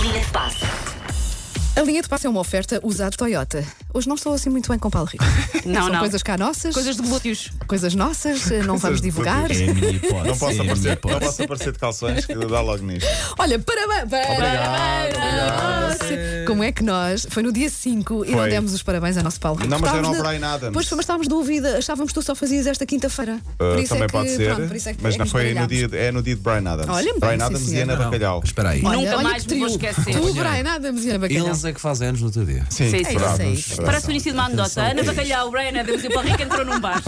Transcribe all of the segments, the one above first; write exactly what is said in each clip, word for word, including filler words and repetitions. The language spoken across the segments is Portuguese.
linha de passe. A linha de passe é uma oferta usada Toyota. Hoje não estou assim muito bem com o Paulo Rico. Não, São não. coisas cá nossas. Coisas de glúteos. Coisas nossas, não vamos divulgar. É a minha hipótese. Não posso, é a minha aparecer, hipótese. não posso aparecer de calções, que dá logo nisto. Olha, parabéns! Obrigado, Parabéns! obrigado. Como é que nós, foi no dia cinco e Foi. não demos os parabéns ao nosso Paulo Rico. Não, mas eu Estávamos não na- operei nada. Pois foi, mas estávamos de dúvida. Achávamos que tu só fazias esta quinta-feira. Uh, Por isso também é que, pode ser, pronto, por isso é que mas é não que foi no esbaralhámos. dia, é no dia de Brian Adams. Olha, bem, Brian sim, Adams e senhor. Ana Não, Bacalhau. espera aí. Olha, Nunca olha mais que me vou trio. esquecer. Tu, Brian Adams e Ana Bacalhau. Eles é que fazem anos no outro dia. Sim, Sim, sim. verdade, É isso, é isso. verdade. Parece o início de uma anedota. Ana Bacalhau, o Brian Adams e o Paulo Rico entrou num bar.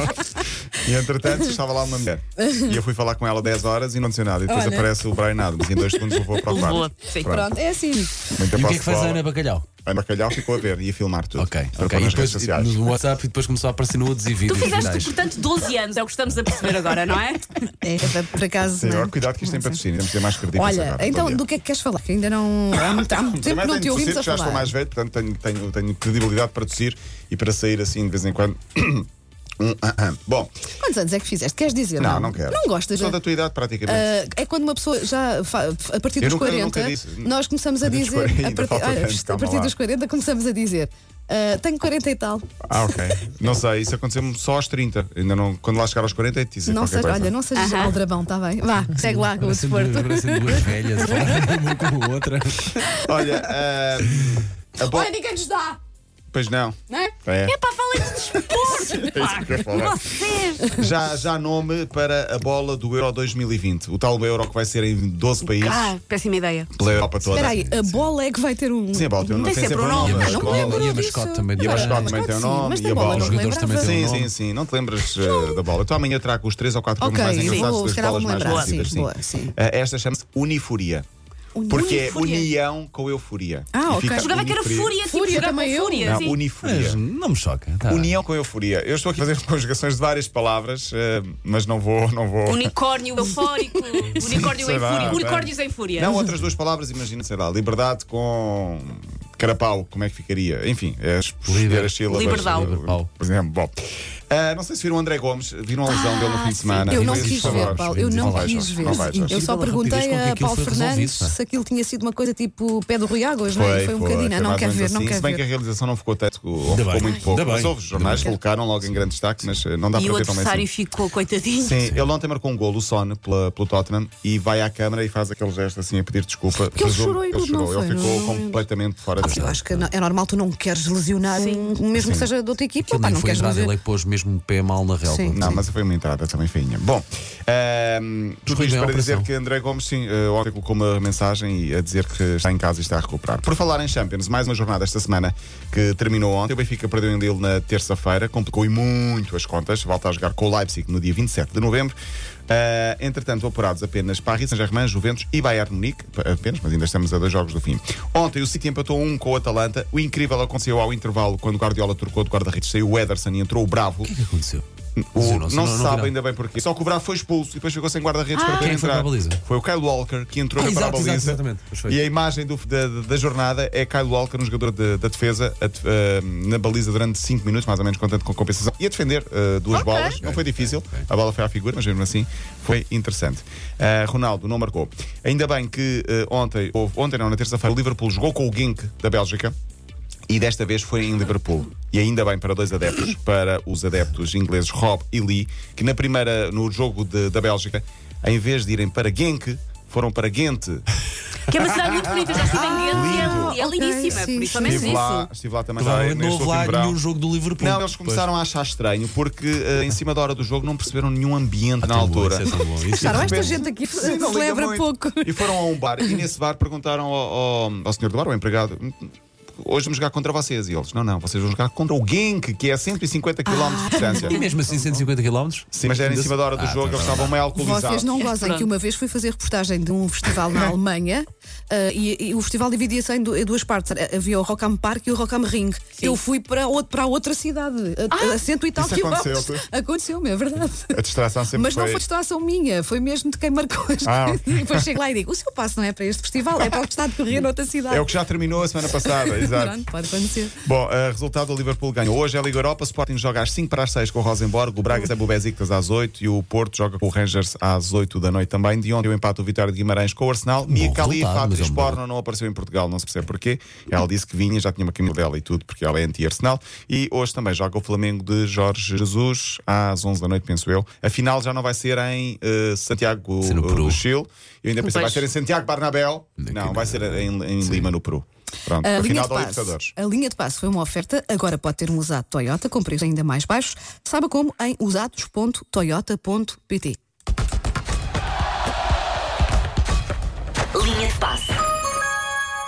E entretanto estava lá uma mulher. E eu fui falar com ela dez horas e não disse nada. E depois Olha. aparece o Brian Adams. E em dois segundos levou para o Levou, quarto. sim. Pronto, é assim. Muita E o que é posse que faz de a bola. Ana Bacalhau? Ana Bacalhau ficou a ver e a filmar tudo. Ok, Para ok. pôr E nas depois redes sociais. no WhatsApp e depois começou a aparecer nudes e Tu vídeos fizeste, virais. portanto, doze anos, é o que estamos a perceber agora, não é? É, por acaso. Sim, não é? agora cuidado que isto tem patrocínio. Temos de ser mais credíveis Olha, agora. então Bom dia. do que é que queres falar? Que ainda não. Há muito, há muito tempo Também que não te tenho ouvimos tossir, a já estou falar. mais velho, portanto tenho, tenho, tenho credibilidade para tossir e para sair assim de vez em quando. Um, ah, ah. Bom, Quantos anos é que fizeste? Queres dizer? não, não quero. Não gostas? Sou da tua idade praticamente. Ah, é quando uma pessoa já, fa- a partir Eu dos nunca- quarenta, nunca disse. nós começamos a A partir dos dizer. quarenta, a partir, falta olha, tanto, a calma partir lá. dos quarenta começamos a dizer. ah, tenho quarenta e tal. Ah, ok. Não sei, isso aconteceu-me só aos trinta. Ainda não, quando lá chegar aos quarenta, é de dizer Não qualquer seja, coisa. olha, não sejas Aham. aldrabão, está bem? Vá, segue lá com o Parecem desporto. duas, parecem duas velhas a falar uma com a outra. Olha, ah, a bo... Olha, ninguém nos dá, Pois não. não é? É. É para falar de desporto. É isso que eu ia falar. Vocês. Já, já nome para a bola do Euro dois mil e vinte. O tal Euro que vai ser em doze países, Ah, péssima ideia. pela Europa toda. Espera aí, a bola é que vai ter um. Sim, a bola tem, um- Tem tem sempre sempre um um nome. nome. Ah, não me Escola. lembro E a disso. mascote também E a tem. mascote Mas também tem o sim, nome. mas E da a bola bola. não Os me jogadores também lembrava. têm Sim, um nome. sim, sim. Não te lembras uh, da bola. Então amanhã trago os três ou quatro Ok, programas mais sim. engraçados Vou- das se calhar bolas vou-me mais lembrar, conhecidas. sim. Sim. Boa, sim. Uh, esta chama-se Unifuria. Porque é Unifuria. união com euforia. Ah, E ok. fica Jogava que era unifuria. fúria, tipo Fúria jogar também com eu. fúria. Não, sim. unifuria. Mas não me choca. Tá. União com euforia. Eu estou aqui a fazer conjugações de várias palavras, eh, mas não vou. Não vou. Unicórnio eufórico, unicórnio sei em lá, fúria, bem. unicórnios em fúria. Não, outras duas palavras, imagina, sei lá, liberdade com carapau, como é que ficaria? Enfim, é escolher as sílabas. Liberdau. Liberpau. Por exemplo, bom. Ah, não sei se viram o André Gomes, viram a lesão dele no fim de semana. Eu não Por quis favor, ver, Paulo, eu não, não quis vejas, ver. não vejas. Eu só Incrível a perguntei rapidez com que a aquilo Paulo foi Fernandes resolvido, não é? se aquilo tinha sido uma coisa tipo pé do Rui Águas, não é? Foi, Foi um bocadinho, foi não mais ou quero ver, menos não assim. quero Se bem que a ver. realização não ficou tanto, ou Ainda ficou bem, muito pouco. ainda Mas bem. houve, os jornais Ainda bem. colocaram logo em grande destaque, mas eh, não dá E para o ver tão bem adversário assim. ficou coitadinho. Sim, ele ontem marcou um golo, o Son, pela, pelo Tottenham, e vai à câmara e faz aquele gesto assim a pedir desculpa. Porque ele Presumo- chorou e ele tudo, não chorou. Ele foi? ficou Não- completamente fora da Eu acho que não- é normal, tu não queres lesionar, um, mesmo que seja de outra equipa, Aquilo pá, nem não foi queres entrada, ele é lesionar. que pôs mesmo o pé mal na relva. Sim. Não, mas foi uma entrada também feinha. Bom, ehm, tudo Foi isto bem a para dizer operação. que André Gomes, sim, eh, ontem colocou uma mensagem e a dizer que está em casa e está a recuperar. Por falar em Champions, mais uma jornada esta semana que terminou ontem. O Benfica perdeu em Lille na terça-feira, complicou e muito as contas. Volta a jogar com o Leipzig no dia vinte e sete de novembro. Eh, entretanto, apurados apenas Paris Saint-Germain, Juventus e Bayern Munique, apenas, mas ainda estamos a dois jogos do fim. Ontem o City empatou um com o Atalanta. O incrível aconteceu ao intervalo, quando o Guardiola trocou de guarda-redes, saiu o Ederson e entrou o Bravo. O que é que aconteceu? O- Lesionou-se? não, se sabe viram? ainda bem porquê. Só que o Bravo foi expulso e depois ficou sem guarda-redes para poder Quem foi entrar. para a baliza? Foi o Kyle Walker que entrou Ah, para a exato, baliza. exato, exatamente. Pois foi. E a imagem do- da, da jornada é Kyle Walker, um jogador de- da defesa, a def- ah, na baliza durante cinco minutos, mais ou menos, contente com compensação, e a defender ah, duas Ok. bolas. Não foi difícil, Ok. a bola foi à figura, mas mesmo assim foi interessante. Ah, Ronaldo não marcou. Ainda bem que ah, ontem, houve, ontem não, na terça-feira, o Liverpool jogou com o Genk da Bélgica. E desta vez foi em Liverpool. E ainda bem para dois adeptos, para os adeptos ingleses Rob e Lee, que na primeira, no jogo de- da Bélgica, em vez de irem para Genk, foram para Ghent. Que é uma cidade muito bonita, já estive em Ghent e é- e é Ok, lindíssima, sim, principalmente Estive nisso. lá, estive lá também já Provavelmente não neste houve lá último verão. nenhum jogo do Liverpool. Não, eles começaram a achar estranho porque eh, em cima da hora do jogo não perceberam nenhum ambiente na Tão bom, altura. isso é tão bom. Isso é Claro, tão esta bom. gente aqui Sim, não liga celebra muito. pouco. E foram a um bar e nesse bar perguntaram ao, ao, ao senhor do bar, ao empregado: hoje vamos jogar contra vocês. E eles: não, não, vocês vão jogar contra o Genk, que é a cento e cinquenta quilómetros de distância. E mesmo assim, cento e cinquenta quilómetros? Sim, mas era em cima da hora do Ah, jogo, tá eles bem. estavam meio alcoolizados. Vocês não gozem Pronto. que uma vez fui fazer reportagem de um festival na Alemanha ah, e, e o festival dividia-se em du- em duas partes. Havia o Rock am Park e o Rock am Ring. Eu fui para, outro, para outra cidade, a, a cento e tal Isso quilómetros. aconteceu-te? Aconteceu-me, é verdade. A distração sempre Mas não foi. foi distração minha, foi mesmo de quem marcou as Ah, ok. E depois chego lá e digo: o seu passo não é para este festival, é para o que está a decorrer noutra cidade. É o que já terminou a semana passada. Exato. Pronto, pode acontecer. Bom, uh, resultado do Liverpool ganhou. Hoje é a Liga Europa, Sporting joga às cinco para as seis com o Rosenborg, o Braga recebe o Besiktas às oito e o Porto joga com o Rangers às oito da noite também. De ontem o empate o Vitória de Guimarães com o Arsenal. Mia Khalifa, atriz é um porno, não apareceu em Portugal, não se percebe porquê. Ela disse que vinha, já tinha uma camisa dela e tudo, porque ela é anti-Arsenal. E hoje também joga o Flamengo de Jorge Jesus às onze da noite, penso eu. A final já não vai ser em uh, Santiago uh, do Chile. Eu ainda pensei, vai ser em Santiago Bernabéu. Não, vai ser em, em Lima, no Peru. Pronto, A, a linha final de da passe, Libertadores. a linha de passe foi uma oferta, agora pode ter um usado Toyota com preços ainda mais baixos. Saiba como em usados ponto toyota ponto pt. Linha de passe.